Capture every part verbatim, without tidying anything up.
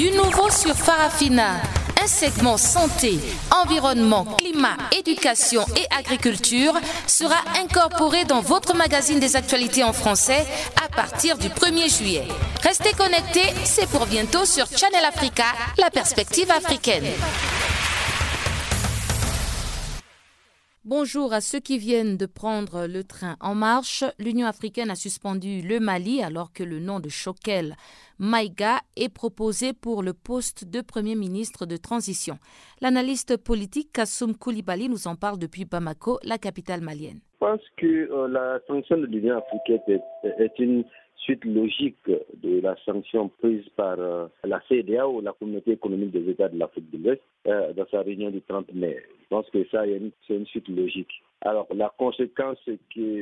Du nouveau sur Farafina, un segment santé, environnement, climat, éducation et agriculture sera incorporé dans votre magazine des actualités en français à partir du premier juillet. Restez connectés, c'est pour bientôt sur Channel Africa, la perspective africaine. Bonjour à ceux qui viennent de prendre le train en marche. L'Union africaine a suspendu le Mali alors que le nom de Choguel Maïga est proposé pour le poste de Premier ministre de transition. L'analyste politique Kassoum Koulibaly nous en parle depuis Bamako, la capitale malienne. Je pense que euh, la sanction de l'Union africaine est, est une suite logique de la sanction prise par euh, la C E D A O, la Communauté économique des États de l'Afrique de l'Ouest, euh, dans sa réunion du trente mai. Je pense que ça, c'est une suite logique. Alors, la conséquence, c'est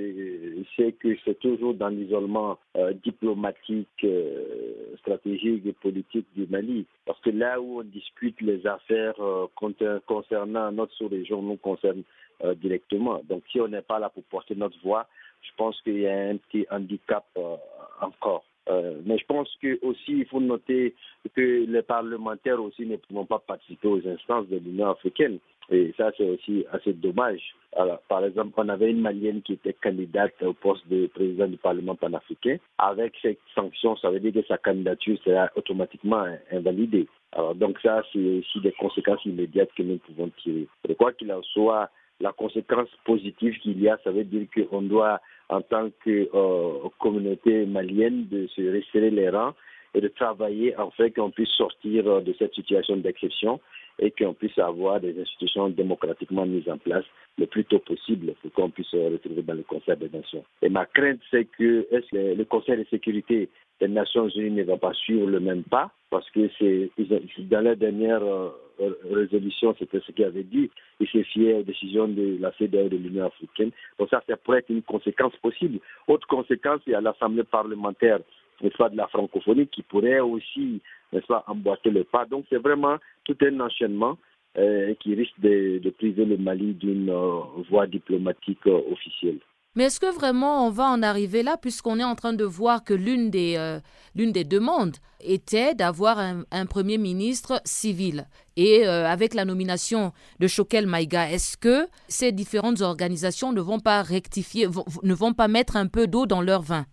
que c'est, que c'est toujours dans l'isolement euh, diplomatique, euh, stratégique et politique du Mali. Parce que là où on discute les affaires euh, concernant notre sous-région, nous concerne euh, directement. Donc, si on n'est pas là pour porter notre voix, je pense qu'il y a un petit handicap euh, encore. Euh, mais je pense que aussi il faut noter que les parlementaires aussi ne pourront pas participer aux instances de l'Union africaine. Et ça, c'est aussi assez dommage. Alors, par exemple, on avait une Malienne qui était candidate au poste de président du Parlement panafricain. Avec cette sanction, ça veut dire que sa candidature sera automatiquement invalidée. Alors, donc ça, c'est aussi des conséquences immédiates que nous pouvons tirer. Et quoi qu'il en soit, la conséquence positive qu'il y a, ça veut dire qu'on doit, en tant que euh, communauté malienne, de se resserrer les rangs et de travailler en fait qu'on puisse sortir de cette situation d'exception et qu'on puisse avoir des institutions démocratiquement mises en place le plus tôt possible pour qu'on puisse se retrouver dans le Conseil des Nations. Et ma crainte, c'est que est-ce que le Conseil de sécurité des Nations Unies ne va pas suivre le même pas, parce que c'est dans la dernière euh, résolution, c'était ce qu'il avait dit, il s'est fié aux décisions de la C E D A O de l'Union africaine. Donc ça, ça pourrait être une conséquence possible. Autre conséquence, il y a l'Assemblée parlementaire, n'est-ce pas, de la francophonie qui pourrait aussi, n'est-ce pas, emboîter le pas. Donc c'est vraiment tout un enchaînement euh, qui risque de, de priver le Mali d'une euh, voie diplomatique euh, officielle. Mais est-ce que vraiment on va en arriver là, puisqu'on est en train de voir que l'une des, euh, l'une des demandes était d'avoir un, un Premier ministre civil. Et euh, avec la nomination de Choguel Maïga, est-ce que ces différentes organisations ne vont pas rectifier, v- ne vont pas mettre un peu d'eau dans leur vin?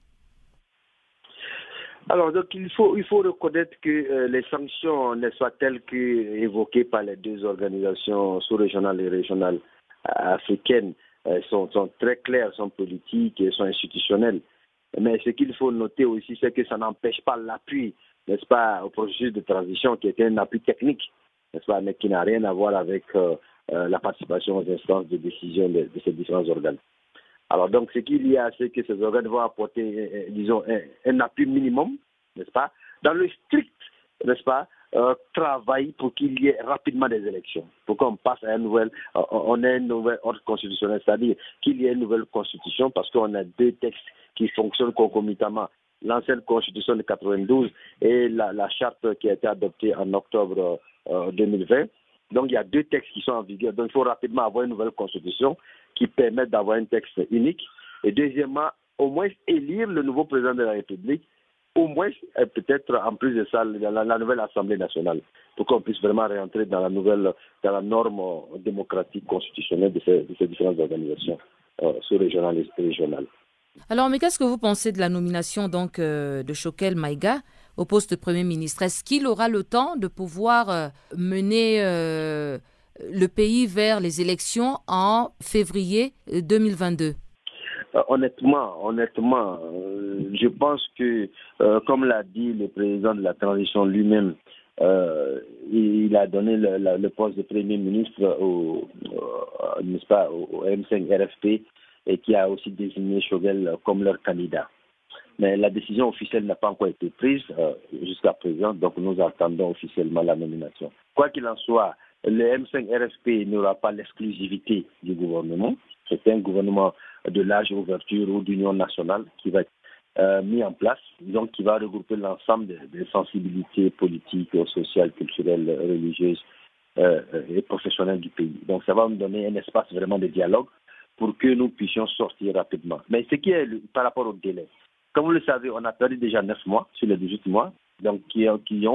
Alors, donc, il faut, il faut reconnaître que euh, les sanctions ne soient telles qu'évoquées par les deux organisations sous-régionales et régionales euh, africaines. Euh, sont, sont très claires, sont politiques et sont institutionnelles. Mais ce qu'il faut noter aussi, c'est que ça n'empêche pas l'appui, n'est-ce pas, au processus de transition qui était un appui technique, n'est-ce pas, mais qui n'a rien à voir avec euh, euh, la participation aux instances de décision de, de ces différents organes. Alors donc, ce qu'il y a, c'est que ces organes vont apporter, euh, disons, un, un appui minimum, n'est-ce pas, dans le strict, n'est-ce pas, Euh, travail pour qu'il y ait rapidement des élections, pour qu'on passe à une nouvelle, euh, on ait un nouvel ordre constitutionnel, c'est-à-dire qu'il y ait une nouvelle constitution, parce qu'on a deux textes qui fonctionnent concomitamment, l'ancienne constitution de quatre-vingt-douze et la, la charte qui a été adoptée en octobre euh, deux mille vingt. Donc il y a deux textes qui sont en vigueur, donc il faut rapidement avoir une nouvelle constitution qui permette d'avoir un texte unique, et deuxièmement, au moins élire le nouveau président de la République, au moins, peut-être en plus de ça, la, la nouvelle Assemblée nationale, pour qu'on puisse vraiment réentrer dans la nouvelle, dans la norme démocratique constitutionnelle de ces, de ces différentes organisations euh, sous-régionales et régionales. Alors, mais qu'est-ce que vous pensez de la nomination donc euh, de Choguel Maïga au poste de Premier ministre? Est-ce qu'il aura le temps de pouvoir euh, mener euh, le pays vers les élections en février deux mille vingt-deux? Euh, honnêtement, honnêtement, euh, je pense que, euh, comme l'a dit le président de la transition lui-même, euh, il, il a donné le, le, le poste de Premier ministre au, au, n'est-ce pas, au M cinq R F P et qui a aussi désigné Choguel comme leur candidat. Mais la décision officielle n'a pas encore été prise euh, jusqu'à présent, donc nous attendons officiellement la nomination. Quoi qu'il en soit, le M cinq R F P n'aura pas l'exclusivité du gouvernement. C'est un gouvernement de large ouverture ou d'union nationale qui va être euh, mis en place, donc qui va regrouper l'ensemble des, des sensibilités politiques, sociales, culturelles, religieuses euh, et professionnelles du pays. Donc ça va nous donner un espace vraiment de dialogue pour que nous puissions sortir rapidement. Mais ce qui est le, par rapport au délai, comme vous le savez, on a perdu déjà neuf mois sur les dix-huit mois, donc qui, qui ont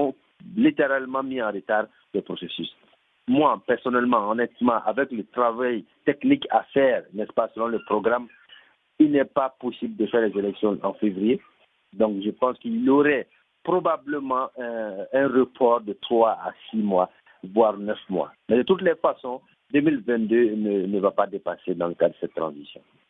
littéralement mis en retard le processus. Moi, personnellement, honnêtement, avec le travail technique à faire, n'est-ce pas, selon le programme, il n'est pas possible de faire les élections en février. Donc, je pense qu'il y aurait probablement un, un report de trois à six mois, voire neuf mois. Mais de toutes les façons, deux mille vingt-deux ne, ne va pas dépasser dans le cadre de cette transition.